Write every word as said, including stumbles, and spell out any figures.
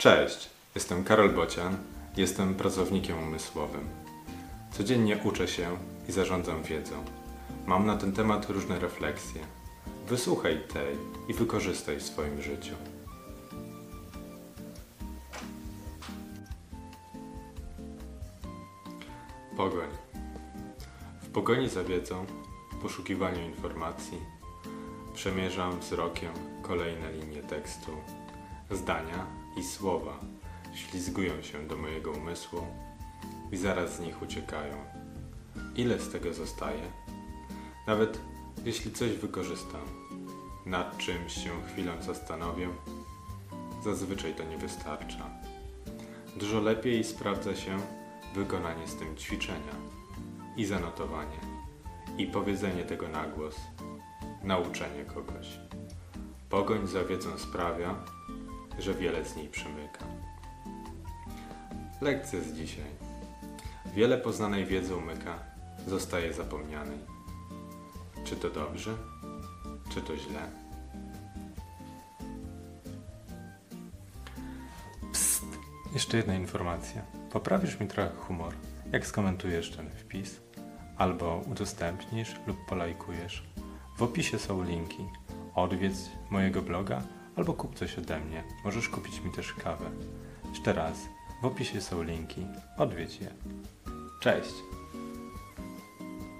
Cześć, jestem Karol Bocian, jestem pracownikiem umysłowym. Codziennie uczę się i zarządzam wiedzą. Mam na ten temat różne refleksje. Wysłuchaj tej i wykorzystaj w swoim życiu. Pogoń. W pogoni za wiedzą, w poszukiwaniu informacji, przemierzam wzrokiem kolejne linie tekstu. Zdania i słowa ślizgują się do mojego umysłu i zaraz z nich uciekają. Ile z tego zostaje? Nawet jeśli coś wykorzystam, nad czymś się chwilę zastanowię, zazwyczaj to nie wystarcza. Dużo lepiej sprawdza się wykonanie z tym ćwiczenia i zanotowanie, i powiedzenie tego na głos, nauczenie kogoś. Pogoń za wiedzą sprawia, że wiele z niej przemyka. Lekcja z dzisiaj. Wiele poznanej wiedzy umyka, zostaje zapomnianej. Czy to dobrze, czy to źle? Psst! Jeszcze jedna informacja. Poprawisz mi trochę humor, jak skomentujesz ten wpis, albo udostępnisz lub polajkujesz. W opisie są linki. Odwiedź mojego bloga albo kup coś ode mnie. Możesz kupić mi też kawę. Jeszcze raz, w opisie są linki. Odwiedź je. Cześć!